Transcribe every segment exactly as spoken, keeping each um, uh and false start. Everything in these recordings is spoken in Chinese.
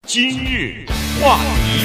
今日话题，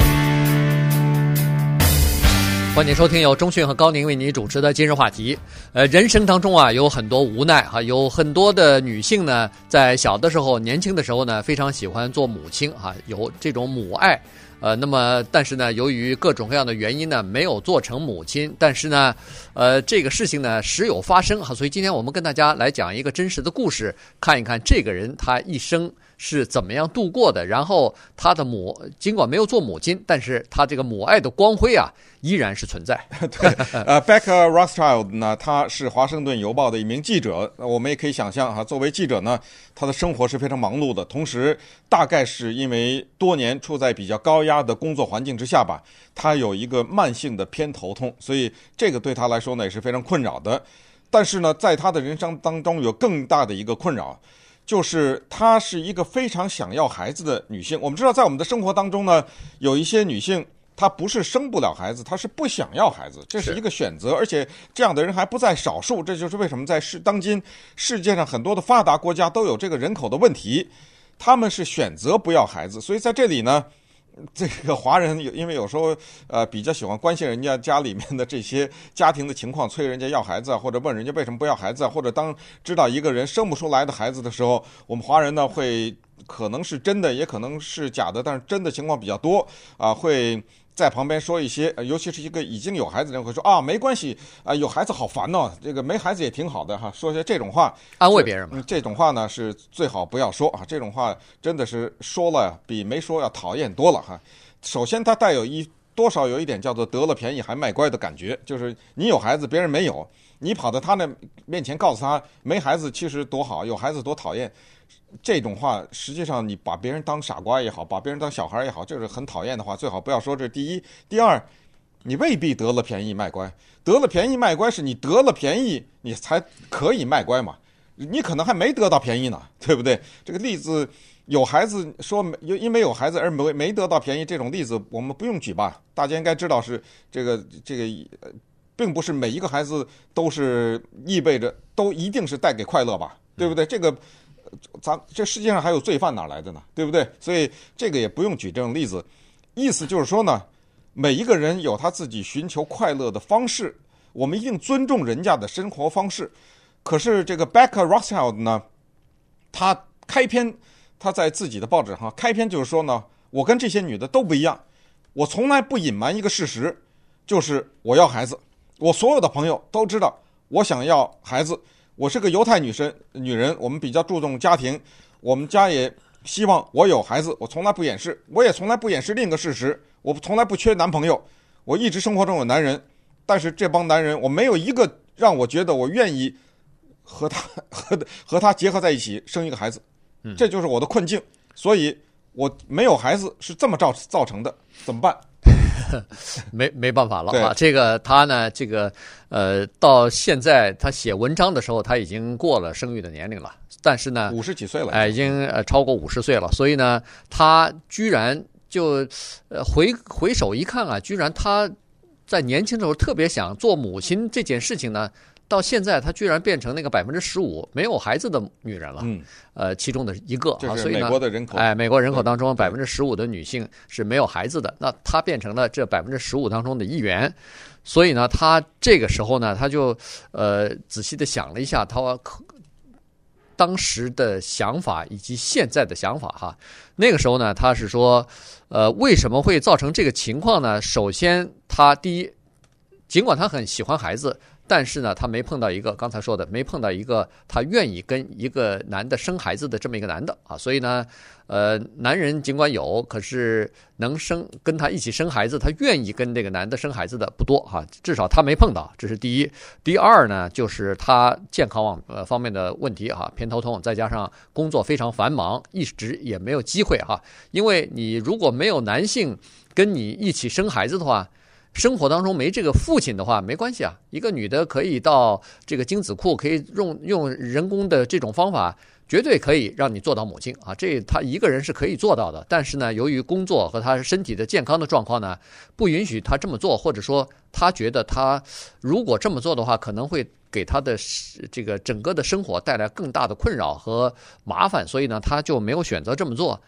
欢迎收听由钟迅和高宁为你主持的今日话题。呃，人生当中啊有很多无奈哈，有很多的女性呢，在小的时候、年轻的时候呢，非常喜欢做母亲哈，有这种母爱。呃，那么但是呢，由于各种各样的原因呢，没有做成母亲。但是呢，呃，这个事情呢时有发生哈，所以今天我们跟大家来讲一个真实的故事，看一看这个人他一生是怎么样度过的。然后他的母尽管没有做母亲，但是他这个母爱的光辉啊，依然是存在。 对，呃 ，Becca Rothschild 呢，他是华盛顿邮报的一名记者。我们也可以想象哈，作为记者呢，他的生活是非常忙碌的，同时大概是因为多年处在比较高压的工作环境之下吧，他有一个慢性的偏头痛，所以这个对他来说呢也是非常困扰的。但是呢，在他的人生当中有更大的一个困扰，就是她是一个非常想要孩子的女性。我们知道，在我们的生活当中呢，有一些女性她不是生不了孩子，她是不想要孩子，这是一个选择，而且这样的人还不在少数。这就是为什么在世当今世界上很多的发达国家都有这个人口的问题，他们是选择不要孩子。所以在这里呢，这个华人有因为有时候呃比较喜欢关心人家家里面的这些家庭的情况，催人家要孩子啊，或者问人家为什么不要孩子啊，或者当知道一个人生不出来的孩子的时候，我们华人呢会可能是真的，也可能是假的，但是真的情况比较多啊，会在旁边说一些，尤其是一个已经有孩子的人会说啊，没关系啊，有孩子好烦哦，这个没孩子也挺好的哈，说些这种话安慰别人嘛。 这种话呢是最好不要说啊，这种话真的是说了比没说要讨厌多了哈。首先，它带有一多少有一点叫做得了便宜还卖乖的感觉，就是你有孩子别人没有，你跑到他那面前告诉他没孩子其实多好，有孩子多讨厌。这种话实际上你把别人当傻瓜也好，把别人当小孩也好，这是很讨厌的话，最好不要说。这是第一。第二，你未必得了便宜卖乖，得了便宜卖乖是你得了便宜你才可以卖乖嘛，你可能还没得到便宜呢，对不对？这个例子有孩子说因为有孩子而没没得到便宜，这种例子我们不用举吧，大家应该知道是这个这个并不是每一个孩子都是意味着都一定是带给快乐吧，对不对？这个咱这世界上还有罪犯哪来的呢？对不对？所以这个也不用举这种例子。意思就是说呢，每一个人有他自己寻求快乐的方式，我们一定尊重人家的生活方式。可是这个 Becca Rothschild 呢，他开篇他在自己的报纸上开篇就是说呢，我跟这些女的都不一样，我从来不隐瞒一个事实，就是我要孩子。我所有的朋友都知道我想要孩子。我是个犹太女生女人，我们比较注重家庭，我们家也希望我有孩子，我从来不掩饰，我也从来不掩饰另一个事实，我从来不缺男朋友，我一直生活中有男人，但是这帮男人我没有一个让我觉得我愿意和他和和他结合在一起生一个孩子，这就是我的困境，所以我没有孩子是这么造造成的，怎么办？ 没没办法了啊！这个他呢，这个呃，到现在他写文章的时候，他已经过了生育的年龄了，但是呢， 五十几岁了， 哎、呃，已经呃超过五十岁了，所以呢，他居然就呃回回首一看啊，居然他在年轻的时候特别想做母亲这件事情呢。到现在，她居然变成那个百分之十五没有孩子的女人了， 嗯， 呃，其中的一个啊，所以呢，美国的人口， 哎，美国人口当中百分之十五的女性是没有孩子的，那她变成了这百分之十五当中的一员，所以呢，她这个时候呢，她就呃仔细的想了一下，她当时的想法以及现在的想法哈，那个时候呢，她是说，呃，为什么会造成这个情况呢？首先，她第一，尽管她很喜欢孩子。但是呢，他没碰到一个刚才说的，没碰到一个他愿意跟一个男的生孩子的这么一个男的啊，所以呢，呃，男人尽管有，可是能生跟他一起生孩子，他愿意跟这个男的生孩子的不多哈、啊，至少他没碰到，这是第一。第二呢，就是他健康网呃方面的问题哈、啊，偏头痛，再加上工作非常繁忙，一直也没有机会哈、啊，因为你如果没有男性跟你一起生孩子的话。生活当中没这个父亲的话没关系啊，一个女的可以到这个精子库，可以用用人工的这种方法，绝对可以让你做到母亲啊，这她一个人是可以做到的。但是呢，由于工作和她身体的健康的状况呢，不允许她这么做，或者说她觉得她如果这么做的话，可能会给她的这个整个的生活带来更大的困扰和麻烦，所以呢，她就没有选择这么做。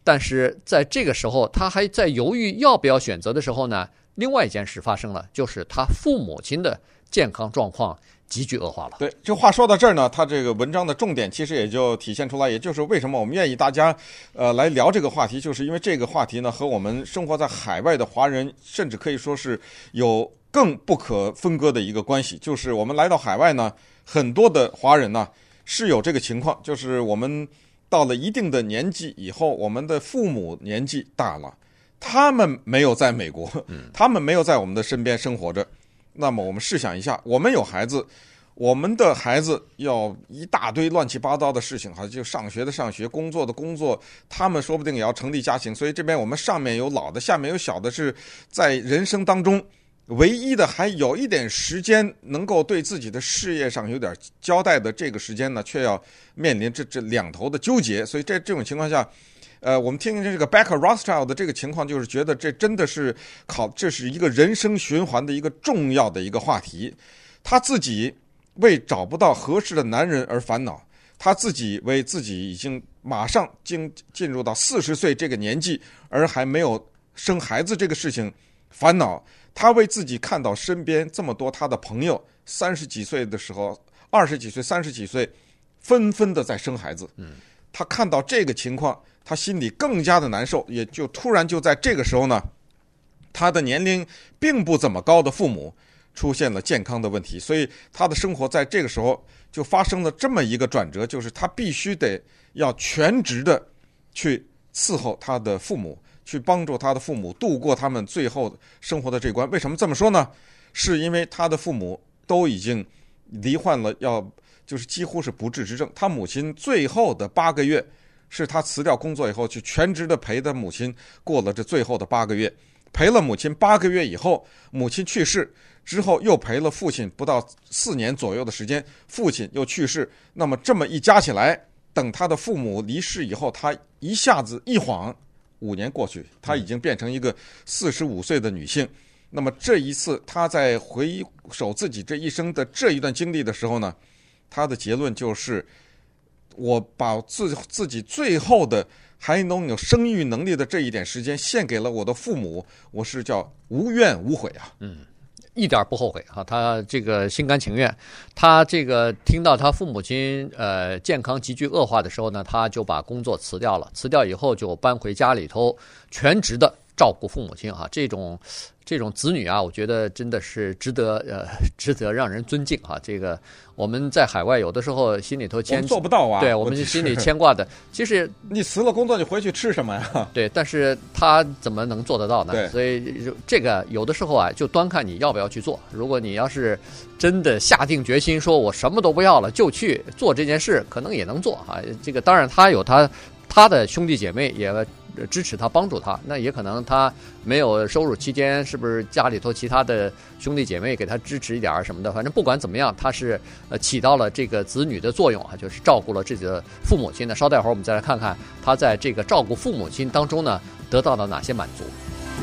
但是在这个时候，他还在犹豫要不要选择的时候呢，另外一件事发生了，就是他父母亲的健康状况急剧恶化了。 对，这话说到这儿呢，他这个文章的重点其实也就体现出来，也就是为什么我们愿意大家呃来聊这个话题，就是因为这个话题呢和我们生活在海外的华人，甚至可以说是有更不可分割的一个关系。就是我们来到海外呢，很多的华人呢是有这个情况，就是我们到了一定的年纪以后，我们的父母年纪大了，他们没有在美国，他们没有在我们的身边生活着。那么我们试想一下，我们有孩子，我们的孩子要一大堆乱七八糟的事情，哈，就上学的上学，工作的工作，他们说不定也要成立家庭。所以这边我们上面有老的，下面有小的，是在人生当中唯一的还有一点时间能够对自己的事业上有点交代的这个时间呢，却要面临这这两头的纠结。所以这这种情况下，呃，我们听听这个 Becker Rothschild 的这个情况，就是觉得这真的是考，这是一个人生循环的一个重要的一个话题。他自己为找不到合适的男人而烦恼，他自己为自己已经马上进进入到四十岁这个年纪而还没有生孩子这个事情烦恼。他为自己看到身边这么多他的朋友三十几岁的时候，二十几岁、三十几岁，纷纷的在生孩子。嗯，他看到这个情况，他心里更加的难受，也就突然就在这个时候呢，他的年龄并不怎么高的父母出现了健康的问题，所以他的生活在这个时候就发生了这么一个转折，就是他必须得要全职的去伺候他的父母，去帮助他的父母度过他们最后生活的这关。为什么这么说呢？是因为他的父母都已经罹患了要就是几乎是不治之症。他母亲最后的八个月是他辞掉工作以后去全职的陪他母亲过了这最后的八个月，陪了母亲八个月以后，母亲去世之后又陪了父亲不到四年左右的时间，父亲又去世。那么这么一加起来，等他的父母离世以后，他一下子一晃五年过去，她已经变成一个四十五岁的女性。那么这一次她在回首自己这一生的这一段经历的时候呢，她的结论就是，我把自自己最后的还能有生育能力的这一点时间献给了我的父母，我是叫无怨无悔啊。 嗯，一点不后悔啊，他这个心甘情愿。他这个听到他父母亲呃健康急剧恶化的时候呢，他就把工作辞掉了，辞掉以后就搬回家里头，全职的照顾父母亲啊。这种这种子女啊，我觉得真的是值得呃值得让人尊敬啊。这个我们在海外有的时候心里头牵做不到啊， 对我们心里牵挂的，其实你辞了工作你回去吃什么呀？ 对，但是他怎么能做得到呢？ 对， 所以这个有的时候啊，就端看你要不要去做。如果你要是真的下定决心说我什么都不要了，就去做这件事，可能也能做啊。这个当然他有他他的兄弟姐妹也支持他帮助他，那也可能他没有收入期间，是不是家里头其他的兄弟姐妹给他支持一点什么的？反正不管怎么样，他是呃起到了这个子女的作用啊，就是照顾了自己的父母亲呢。稍待会儿我们再来看看他在这个照顾父母亲当中呢得到了哪些满足。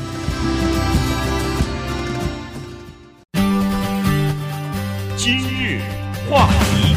今日话题。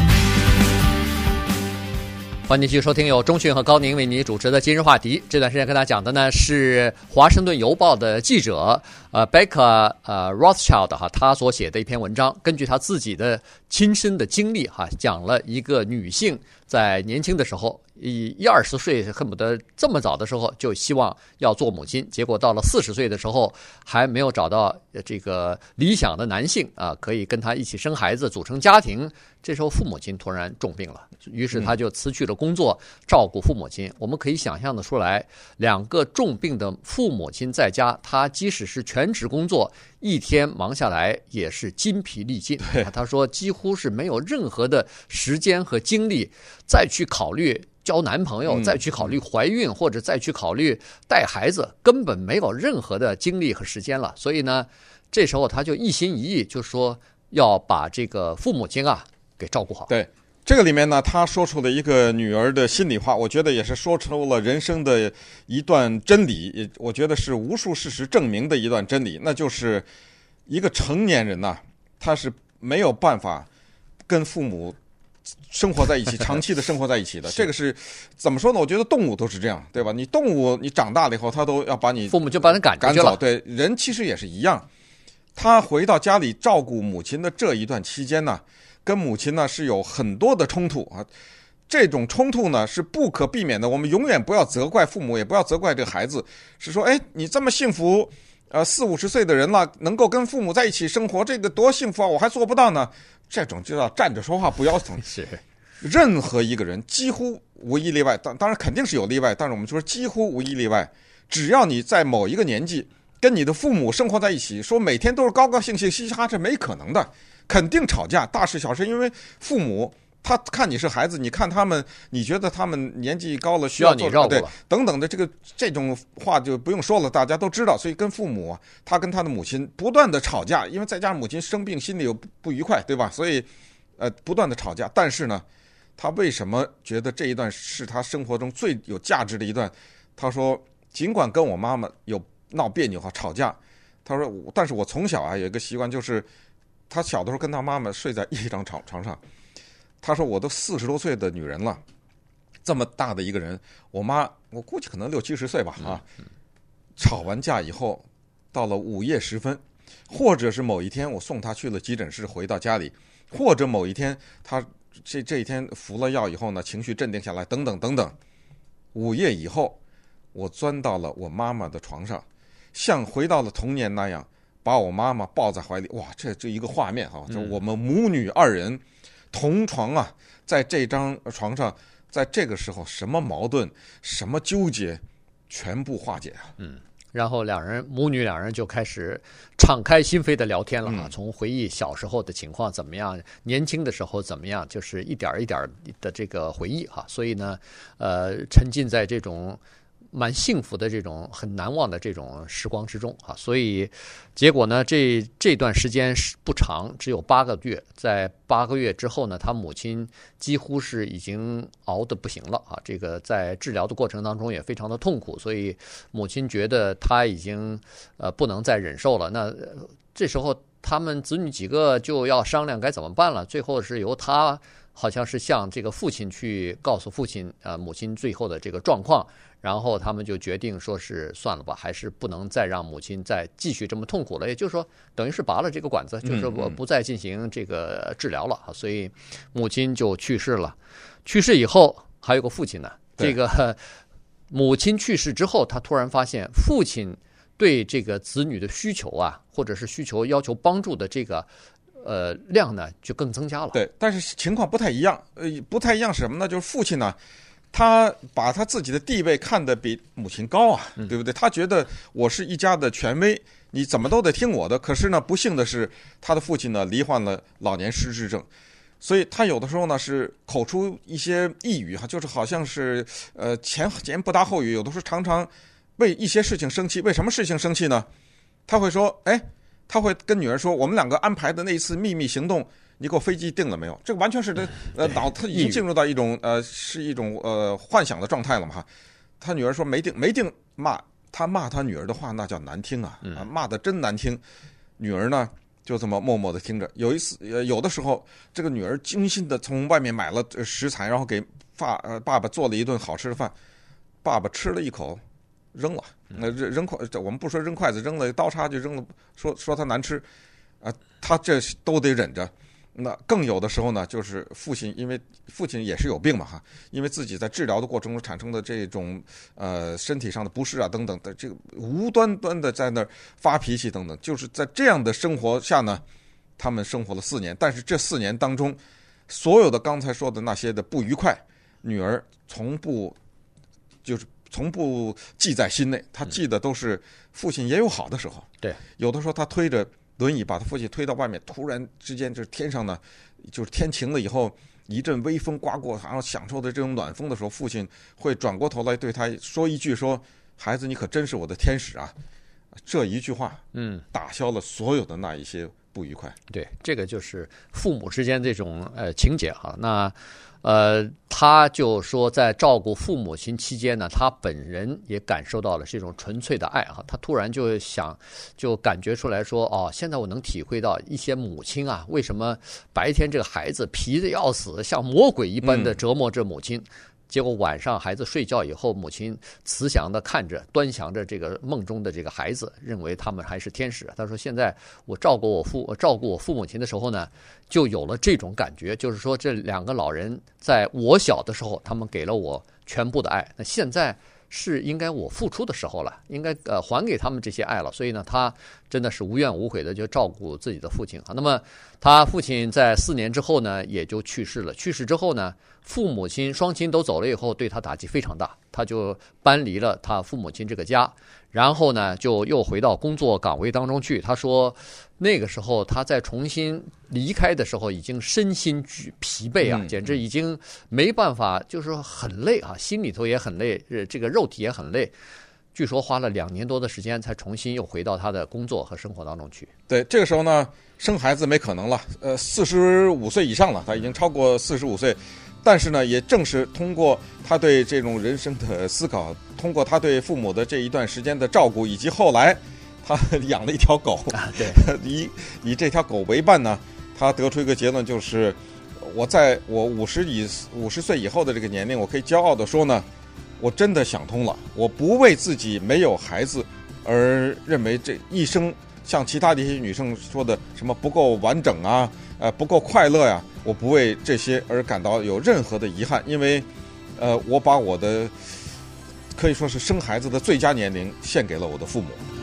欢迎继续收听由钟迅和高宁为你主持的今日话题。这段时间跟大家讲的呢是华盛顿邮报的记者呃 Becker 呃 Rothschild 哈，他所写的一篇文章，根据他自己的亲身的经历哈，讲了一个女性在年轻的时候一一二十岁恨不得这么早的时候就希望要做母亲，结果到了四十岁的时候还没有找到这个理想的男性啊，可以跟他一起生孩子组成家庭。这时候父母亲突然重病了，于是他就辞去了工作照顾父母亲。我们可以想象的出来，两个重病的父母亲在家，他即使是全职工作，一天忙下来也是筋疲力尽。他说几乎是没有任何的时间和精力再去考虑交男朋友，再去考虑怀孕，或者再去考虑带孩子，根本没有任何的精力和时间了。所以呢，这时候他就一心一意，就说要把这个父母亲啊给照顾好。 对，这个里面呢，他说出了一个女儿的心里话，我觉得也是说出了人生的一段真理，也我觉得是无数事实证明的一段真理，那就是一个成年人呐、啊，他是没有办法跟父母生活在一起，长期的生活在一起的。这个是怎么说呢？我觉得动物都是这样，对吧？你动物你长大了以后，它都要把你父母就把人赶赶出去了。 走。对，人其实也是一样。他回到家里照顾母亲的这一段期间呢，跟母亲呢是有很多的冲突啊。这种冲突呢是不可避免的。我们永远不要责怪父母，也不要责怪这个孩子，是说，哎，你这么幸福，呃，四五十岁的人了，能够跟父母在一起生活，这个多幸福啊！我还做不到呢。这种就要站着说话，不腰疼。 是， 任何一个人几乎无一例外，当当然肯定是有例外，但是我们说几乎无一例外，只要你在某一个年纪跟你的父母生活在一起，说每天都是高高兴兴嘻嘻哈，这没可能的，肯定吵架，大事小事，因为父母他看你是孩子，你看他们，你觉得他们年纪高了需要做需要你照顾对等等的这个这种话就不用说了，大家都知道。所以跟父母，他跟他的母亲不断的吵架，因为再加上母亲生病，心里有不愉快，对吧？所以呃不断的吵架。但是呢，他为什么觉得这一段是他生活中最有价值的一段？他说，尽管跟我妈妈有闹别扭和吵架，他说，但是我从小啊有一个习惯，就是他小的时候跟他妈妈睡在一张床床上。他说，我都四十多岁的女人了，这么大的一个人，我妈我估计可能六七十岁吧啊。吵完架以后，到了午夜时分，或者是某一天我送她去了急诊室，回到家里，或者某一天她这这一天服了药以后呢，情绪镇定下来，等等等等。午夜以后，我钻到了我妈妈的床上，像回到了童年那样，把我妈妈抱在怀里。哇，这这一个画面哈，就我们母女二人同床啊，在这张床上，在这个时候，什么矛盾、什么纠结，全部化解啊。 嗯。然后两人母女两人就开始敞开心扉的聊天了啊， 嗯、 从回忆小时候的情况怎么样，年轻的时候怎么样，就是一点一点的这个回忆哈。所以呢，呃，沉浸在这种蛮幸福的这种很难忘的这种时光之中啊。所以结果呢，这这段时间不长，只有八个月。在八个月之后呢，他母亲几乎是已经熬得不行了啊。这个在治疗的过程当中也非常的痛苦，所以母亲觉得他已经呃不能再忍受了。那这时候他们子女几个就要商量该怎么办了。最后是由他好像是向这个父亲去告诉父亲呃母亲最后的这个状况。然后他们就决定说是算了吧，还是不能再让母亲再继续这么痛苦了。也就是说，等于是拔了这个管子，就是我不再进行这个治疗了。所以母亲就去世了。去世以后还有个父亲呢。这个母亲去世之后，他突然发现父亲对这个子女的需求啊，或者是需求要求帮助的这个呃量呢，就更增加了。 对，但是情况不太一样。呃，不太一样是什么呢？就是父亲呢，他把他自己的地位看得比母亲高啊，对不对？他觉得我是一家的权威，你怎么都得听我的。可是呢，不幸的是，他的父亲呢罹患了老年失智症，所以他有的时候呢是口出一些异语哈，就是好像是呃前前不搭后语，有的时候常常为一些事情生气。为什么事情生气呢？他会说，哎，他会跟女儿说，我们两个安排的那一次秘密行动，你给我飞机定了没有？这个完全是他呃脑他已经进入到一种呃是一种呃幻想的状态了嘛哈。他女儿说没定没定，骂他骂他女儿的话那叫难听啊，啊骂的真难听。女儿呢就这么默默的听着。有一次呃有的时候，这个女儿精心的从外面买了食材，然后给爸呃爸爸做了一顿好吃的饭，爸爸吃了一口扔了，那扔扔筷，我们不说扔筷子，扔了刀叉就扔了，说说他难吃，啊，他这都得忍着。那更有的时候呢，就是父亲，因为父亲也是有病嘛哈，因为自己在治疗的过程中产生的这种呃身体上的不适啊等等的，这个无端端的在那儿发脾气等等，就是在这样的生活下呢，他们生活了四年，但是这四年当中，所有的刚才说的那些的不愉快，女儿从不就是从不记在心内，她记得都是父亲也有好的时候， 对， 有的时候他推着轮椅把他父亲推到外面，突然之间就是天上呢，就是天晴了以后，一阵微风刮过，然后享受的这种暖风的时候，父亲会转过头来对他说一句说：“孩子，你可真是我的天使啊！”这一句话， 嗯， 打消了所有的那一些不愉快。 对，这个就是父母之间这种呃情节哈。那呃，他就说在照顾父母亲期间呢，他本人也感受到了这种纯粹的爱哈。他突然就想，就感觉出来说，哦，现在我能体会到一些母亲啊，为什么白天这个孩子皮得要死，像魔鬼一般的折磨着母亲。嗯，结果晚上孩子睡觉以后，母亲慈祥地看着、端详着这个梦中的这个孩子，认为他们还是天使。他说：“现在我照顾我父照顾我父母亲的时候呢，就有了这种感觉，就是说这两个老人在我小的时候，他们给了我全部的爱。那现在是应该我付出的时候了，应该呃还给他们这些爱了。所以呢，他真的是无怨无悔的就照顾自己的父亲啊。那么他父亲在四年之后呢，也就去世了。去世之后呢，父母亲双亲都走了以后，对他打击非常大，他就搬离了他父母亲这个家，然后呢，就又回到工作岗位当中去。他说，那个时候他在重新离开的时候，已经身心疲惫啊，简直已经没办法，就是说很累啊，心里头也很累，这个肉体也很累。据说花了两年多的时间，才重新又回到他的工作和生活当中去。 对，这个时候呢，生孩子没可能了，呃，四十五岁以上了，他已经超过四十五岁。但是呢，也正是通过他对这种人生的思考，通过他对父母的这一段时间的照顾，以及后来他养了一条狗， 啊、对， 以以这条狗为伴呢，他得出一个结论，就是我在我五十以五十岁以后的这个年龄，我可以骄傲地说呢，我真的想通了，我不为自己没有孩子而认为这一生像其他的一些女生说的什么不够完整啊，呃不够快乐呀、啊，我不为这些而感到有任何的遗憾，因为呃我把我的可以说是生孩子的最佳年龄献给了我的父母。